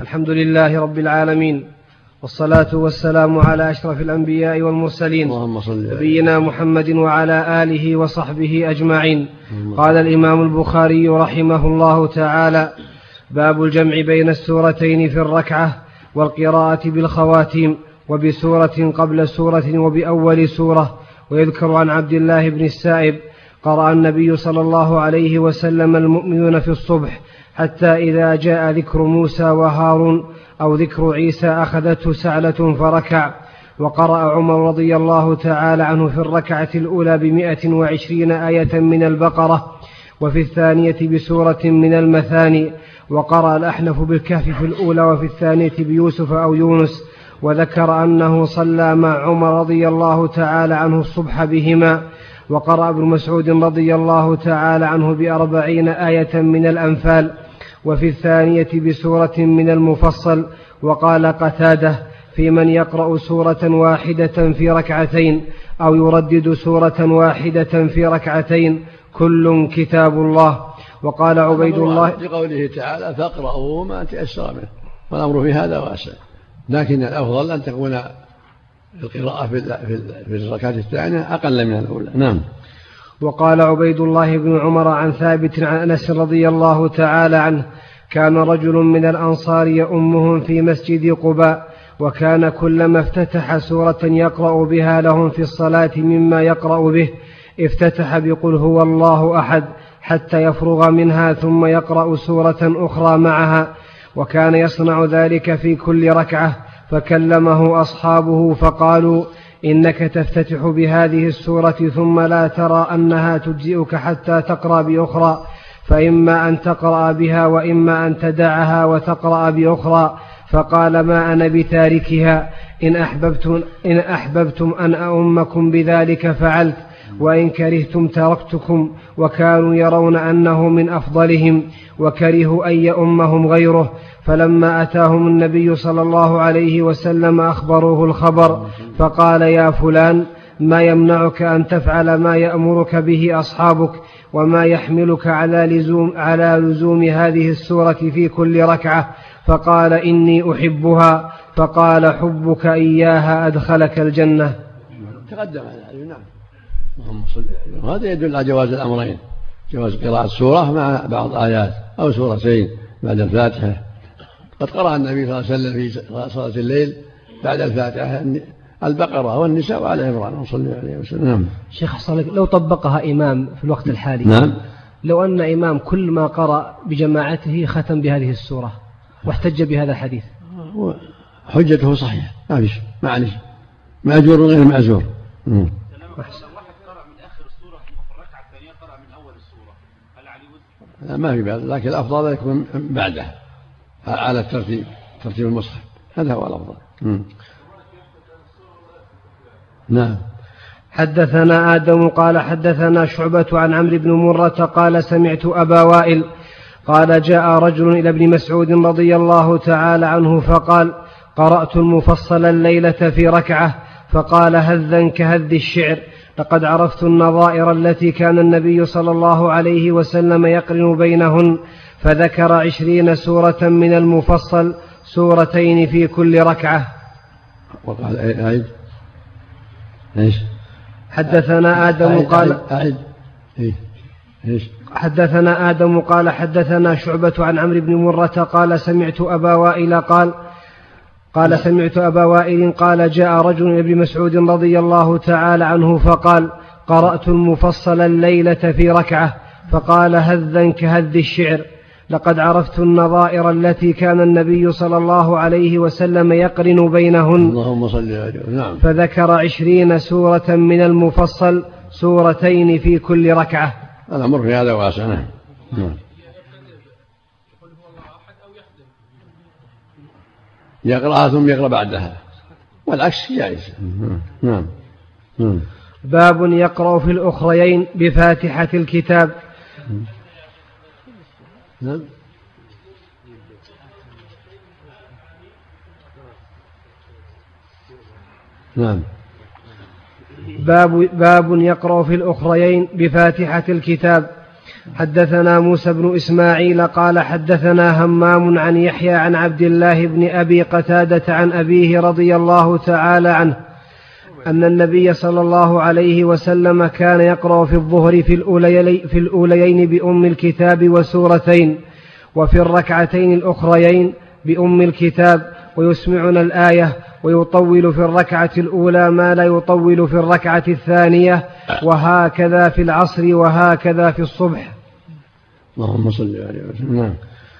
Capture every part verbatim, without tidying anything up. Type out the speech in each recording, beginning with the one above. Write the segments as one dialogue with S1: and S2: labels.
S1: الحمد لله رب العالمين، والصلاة والسلام على أشرف الأنبياء والمرسلين نبينا محمد وعلى آله وصحبه أجمعين. قال الإمام البخاري رحمه الله تعالى: باب الجمع بين السورتين في الركعة والقراءة بالخواتيم وبسورة قبل سورة وبأول سورة. ويذكر عن عبد الله بن السائب: قرأ النبي صلى الله عليه وسلم المؤمنون في الصبح حتى إذا جاء ذكر موسى وهارون أو ذكر عيسى أخذته سعلة فركع. وقرأ عمر رضي الله تعالى عنه في الركعة الأولى بمئة وعشرين آية من البقرة، وفي الثانية بسورة من المثاني. وقرأ الأحنف بالكهف في الأولى وفي الثانية بيوسف أو يونس. وذكر أنه صلى مع عمر رضي الله تعالى عنه الصبح بهما. وقرأ ابن مسعود رضي الله تعالى عنه بأربعين آية من الأنفال، وفي الثانية بسورة من المفصل. وقال قتادة: في من يقرأ سورة واحدة في ركعتين أو يردد سورة واحدة في ركعتين كل كتاب الله. وقال عبيد الله
S2: لقوله تعالى: فاقرأوا ما تيسر منه، والأمر في هذا واسع، لكن الأفضل أن تكون القراءة في الركعة الثانية أقل من الأولى. نعم.
S1: وقال عبيد الله بن عمر عن ثابت عن أنس رضي الله تعالى عنه: كان رجل من الأنصار يؤمهم في مسجد قباء، وكان كلما افتتح سورة يقرأ بها لهم في الصلاة مما يقرأ به افتتح بقل هو الله أحد حتى يفرغ منها ثم يقرأ سورة أخرى معها، وكان يصنع ذلك في كل ركعة. فكلمه أصحابه فقالوا: إنك تفتتح بهذه السورة ثم لا ترى أنها تجزئك حتى تقرأ بأخرى، فإما أن تقرأ بها وإما أن تدعها وتقرأ بأخرى. فقال: ما أنا بتاركها، إن أحببتم, إن أحببتم أن أؤمكم بذلك فعلت، وإن كرهتم تركتكم. وكانوا يرون أنه من أفضلهم، وكرهوا أن يؤمهم غيره. فلما أتاهم النبي صلى الله عليه وسلم أخبروه الخبر، فقال: يا فلان، ما يمنعك أن تفعل ما يأمرك به أصحابك، وما يحملك على لزوم, على لزوم هذه السورة في كل ركعة؟ فقال: إني أحبها. فقال: حبك إياها أدخلك الجنة.
S2: تقدم هذا. نعم. هذا يدل على جواز الأمرين، جواز قراءة سورة مع بعض آيات أو سورتين بعد الفاتحة. قد قرأ النبي صلى الله عليه وسلم في صلاة الليل بعد الفاتحة البقرة والنساء وعلى عمران صلى الله عليه وسلم. نعم.
S1: شيخ صالح، لو طبقها إمام في الوقت الحالي،
S2: نعم،
S1: لو أن إمام كل ما قرأ بجماعته ختم بهذه السورة واحتج بهذا الحديث،
S2: حجته صحيحة، ما فيش معلش، مأجور غير مأجور. ما في بعد، لكن الأفضل يكون بعده على الترتيب، ترتيب المصحف، هذا هو الأفضل. مم. نعم.
S1: حدثنا آدم قال حدثنا شعبة عن عمرو بن مرة قال: سمعت أبا وائل قال: جاء رجل إلى ابن مسعود رضي الله تعالى عنه فقال: قرأت المفصل الليلة في ركعة. فقال هذا كهذ الشعر: لقد عرفت النظائر التي كان النبي صلى الله عليه وسلم يقرن بينهن. فذكر عشرين سورة من المفصل، سورتين في كل ركعة.
S2: وقال أعد إيش؟
S1: حدثنا آدم قال
S2: أعد إيش؟
S1: حدثنا آدم قال حدثنا شعبة عن عمرو بن مرة قال: سمعت أبا وائل قال قال سمعت أبا وائل قال: جاء رجل إلى ابن مسعود رضي الله تعالى عنه فقال: قرأت المفصل الليلة في ركعة. فقال هذا كهذ الشعر: لقد عرفت النظائر التي كان النبي صلى الله عليه وسلم يقرن بينهن.
S2: اللهم صل عليه. نعم.
S1: فذكر عشرين سورة من المفصل، سورتين في كل ركعة.
S2: الأمر في هذا واسع. نعم. يقرأها ثم يقرأ بعدها، والعكس جائز. نعم.
S1: باب يقرأ في الأخريين بفاتحة الكتاب.
S2: نعم. نعم.
S1: باب, باب يقرأ في الأخريين بفاتحة الكتاب. حدثنا موسى بن إسماعيل قال حدثنا همام عن يحيى عن عبد الله بن أبي قتادة عن أبيه رضي الله تعالى عنه أن النبي صلى الله عليه وسلم كان يقرأ في الظهر في الأوليين, في الأوليين بأم الكتاب وسورتين، وفي الركعتين الأخريين بأم الكتاب، ويسمعنا الآية، ويطول في الركعة الأولى ما لا يطول في الركعة الثانية، وهكذا في العصر وهكذا في الصبح.
S2: اللهم صل عليه وسلم.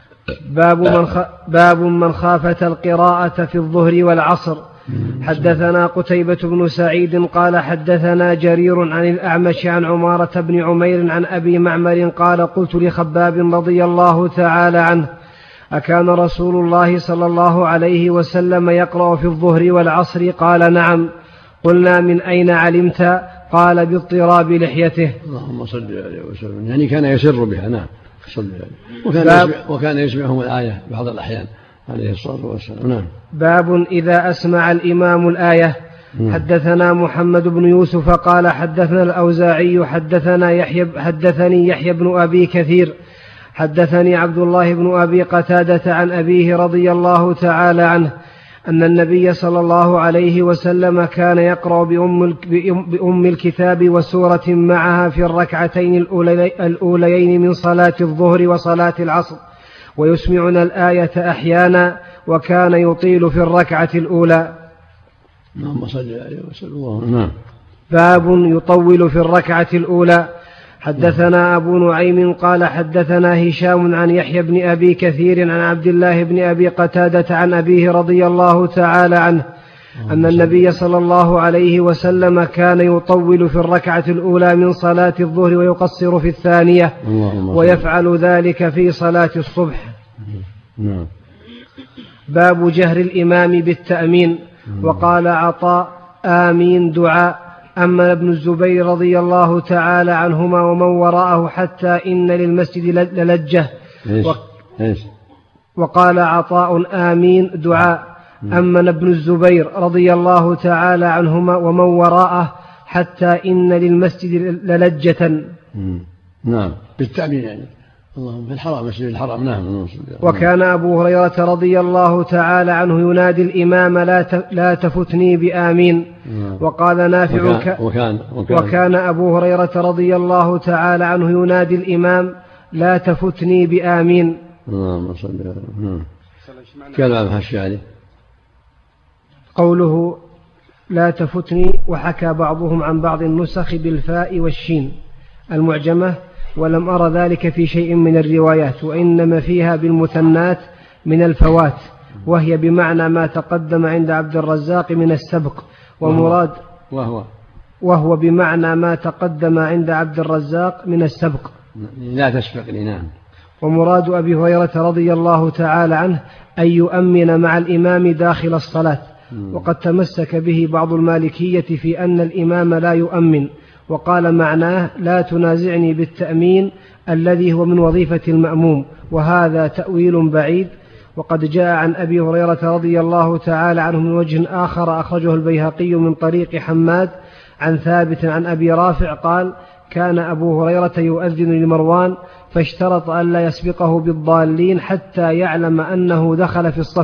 S1: باب من, خ... باب من خافت القراءة في الظهر والعصر. حدثنا قتيبة بن سعيد قال حدثنا جرير عن الأعمش عن عمارة بن عمير عن أبي معمر قال قلت لخباب رضي الله تعالى عنه أكان رسول الله صلى الله عليه وسلم يقرأ في الظهر والعصر؟ قال نعم. قلنا من أين علمت؟ قال باضطراب لحيته.
S2: اللهم صل عليه وسلم. يعني كان يسر بها. نعم صل عليه. وكان, يسمع وكان يسمعهم الآية بعض الأحيان عليه الصلاة والسلام. نعم.
S1: باب إذا أسمع الإمام الآية. نعم. حدثنا محمد بن يوسف قال حدثنا الأوزاعي حدثنا يحيى حدثني يحيى بن أبي كثير حدثني عبد الله بن أبي قتادة عن أبيه رضي الله تعالى عنه أن النبي صلى الله عليه وسلم كان يقرأ بأم, بأم الكتاب وسورة معها في الركعتين الأوليين من صلاة الظهر وصلاة العصر، ويسمعنا الآية أحيانا، وكان يطيل في الركعة الأولى.
S2: اللهم صل عليه وسلم. نعم.
S1: باب يطول في الركعة الأولى. حدثنا أبو نعيم قال حدثنا هشام عن يحيى بن أبي كثير عن عبد الله بن أبي قتادة عن أبيه رضي الله تعالى عنه أن النبي صلى الله عليه وسلم كان يطول في الركعة الأولى من صلاة الظهر ويقصر في الثانية، ويفعل ذلك في صلاة الصبح. باب جهر الإمام بالتأمين. وقال عطاء آمين دعاء. أما ابن الزبير رضي الله تعالى عنهما ومن وراءه حتى إن للمسجد للجة. وقال عطاء آمين دعاء. أما ابن الزبير رضي الله تعالى عنهما ومن وراءه حتى إن للمسجد للجة.
S2: نعم بالتأمين يعني اللهم في الحرام مسجد الحرام. نعم.
S1: وكان أبو هريرة رضي الله تعالى عنه ينادي الإمام لا لا تفتني بآمين. وقال نافع
S2: وكان, وكان, وكان,
S1: وكان أبو هريرة رضي الله تعالى عنه ينادي الإمام لا تفتني بآمين.
S2: اللهم صل عليه. كلام هالشيء عليه
S1: قوله لا تفتني. وحكى بعضهم عن بعض النسخ بالفاء والشين المعجمة، ولم أرى ذلك في شيء من الروايات، وإنما فيها بالمثنات من الفوات، وهي بمعنى ما تقدم عند عبد الرزاق من السبق. ومراد
S2: وهو
S1: وهو بمعنى ما تقدم عند عبد الرزاق من السبق
S2: لا تسبق لي. نعم.
S1: ومراد أبي هريرة رضي الله تعالى عنه أن يؤمن مع الإمام داخل الصلاة. وقد تمسك به بعض المالكية في أن الإمام لا يؤمن، وقال معناه لا تنازعني بالتأمين الذي هو من وظيفة المأموم، وهذا تأويل بعيد. وقد جاء عن أبي هريرة رضي الله تعالى عنه من وجه آخر أخرجه البيهقي من طريق حماد عن ثابت عن أبي رافع قال كان أبو هريرة يؤذن لمروان فاشترط أن لا يسبقه بالضالين حتى يعلم أنه دخل في الصف،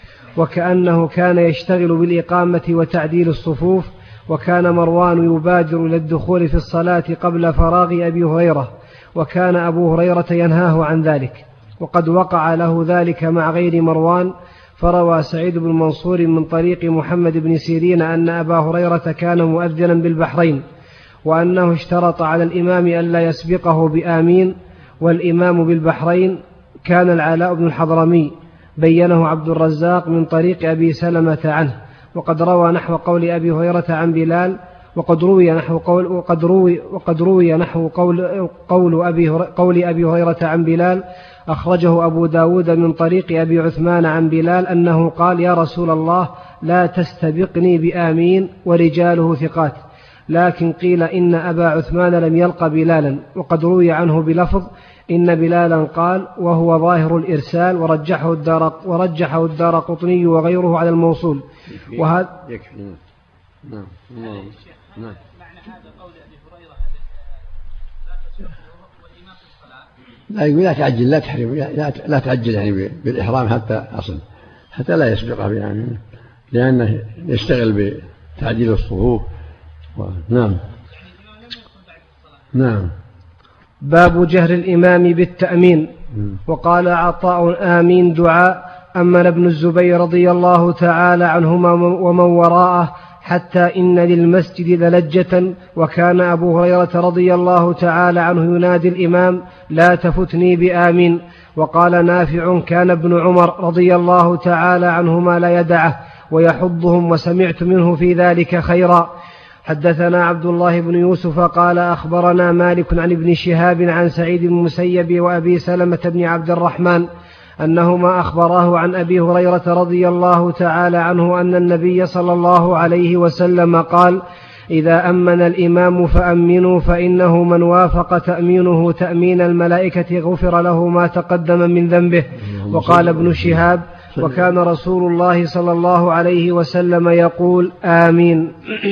S1: وكأنه كان يشتغل بالإقامة وتعديل الصفوف، وكان مروان يبادر إلى الدخول في الصلاة قبل فراغ أبي هريرة، وكان أبو هريرة ينهاه عن ذلك. وقد وقع له ذلك مع غير مروان، فروى سعيد بن منصور من طريق محمد بن سيرين أن أبا هريرة كان مؤذنا بالبحرين، وأنه اشترط على الإمام ألا يسبقه بآمين، والإمام بالبحرين كان العلاء بن الحضرمي، بينه عبد الرزاق من طريق أبي سلمة عنه. وقد روى نحو قول أبي هريرة عن بلال، وقد روي نحو قول وقد روي وقد روي نحو قول قول أبي قول أبي هريرة عن بلال، أخرجه أبو داود من طريق أبي عثمان عن بلال أنه قال يا رسول الله لا تستبقني بآمين، ورجاله ثقات. لكن قيل إن أبا عثمان لم يلق بلالا. وقد روي عنه بلفظ إن بلالا قال، وهو ظاهر الإرسال، ورجحه الدار ورجحه الدار قطني وغيره على الموصول. وهذا
S2: يكفي. نعم. نعم. نعم.
S3: معنى هذا قول أبي هريرة لا تسبقه والإمام في الصلاة
S2: لا يقول لا تعجل لا تحرم لا, لا تعجل يعني بالإحرام حتى أصل حتى لا يسبقه يعني لأنه يشتغل بتعديل الصفوف. نعم. نعم.
S1: باب جهر الإمام بالتأمين. وقال عطاء آمين دعاء. أمن ابن الزبير رضي الله تعالى عنهما ومن وراءه حتى إن للمسجد للجة، وكان أبو هريرة رضي الله تعالى عنه ينادي الإمام لا تفتني بآمين. وقال نافع كان ابن عمر رضي الله تعالى عنهما لا يدعه ويحضهم، وسمعت منه في ذلك خيرا. حدثنا عبد الله بن يوسف قال أخبرنا مالك عن ابن شهاب عن سعيد بن المسيب وأبي سلمة بن عبد الرحمن أنهما أخبراه عن أبي هريرة رضي الله تعالى عنه أن النبي صلى الله عليه وسلم قال إذا أمن الإمام فأمنوا، فإنه من وافق تأمينه تأمين الملائكة غفر له ما تقدم من ذنبه. وقال ابن شهاب وكان رسول الله صلى الله عليه وسلم يقول آمين.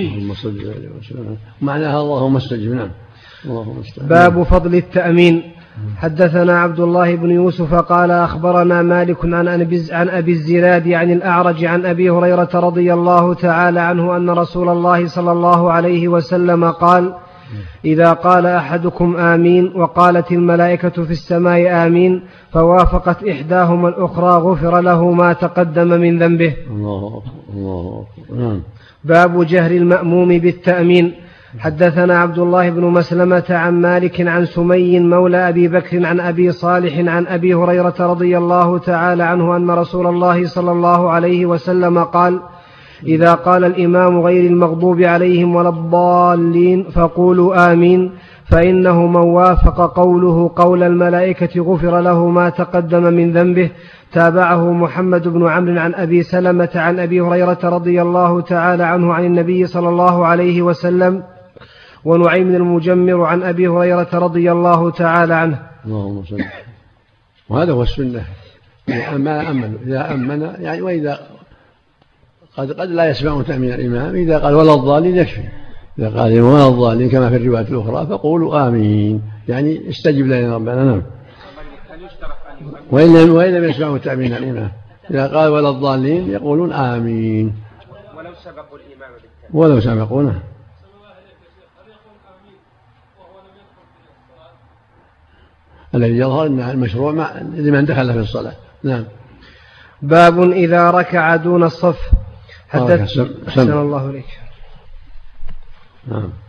S2: معناها اللهم استجب. نعم.
S1: باب فضل التأمين. حدثنا عبد الله بن يوسف قال أخبرنا مالك عن أبي الزناد عن الأعرج عن أبي هريرة رضي الله تعالى عنه أن رسول الله صلى الله عليه وسلم قال إذا قال أحدكم آمين وقالت الملائكة في السماء آمين فوافقت إحداهما الأخرى غفر له ما تقدم من ذنبه.
S2: الله الله.
S1: باب جهر المأموم بالتأمين. حدثنا عبد الله بن مسلمة عن مالك عن سمي مولى أبي بكر عن أبي صالح عن أبي هريرة رضي الله تعالى عنه أن رسول الله صلى الله عليه وسلم قال إذا قال الإمام غير المغضوب عليهم ولا الضالين فقولوا آمين، فإنه من وافق قوله قول الملائكة غفر له ما تقدم من ذنبه. تابعه محمد بن عمرو عن أبي سلمة عن أبي هريرة رضي الله تعالى عنه عن النبي صلى الله عليه وسلم، ونعيم المجمر عن أبي هريرة رضي الله تعالى عنه.
S2: اللهم صل. وهذا هو السنة. ما أمن إذا أمن يعني، وإذا قد قد لا يسمع تأمين الإمام إذا قال ولا الضالين يكفي. إذا قال ولا الضالين كما في الروايات الأخرى فقولوا آمين يعني استجب لنا ربنا. نعم. وإن لم يسمعوا تأمين الإمام إذا قال ولا الضالين يقولون آمين
S1: ولو سبقوا الإمام بالتأمين.
S2: ولو سبقونه. الذي يظهر أن المشروع مع لمن دخل في الصلاة. نعم.
S1: باب إذا ركع دون الصف. حدث.
S2: سم. سم.
S1: الله عليك.
S2: نعم.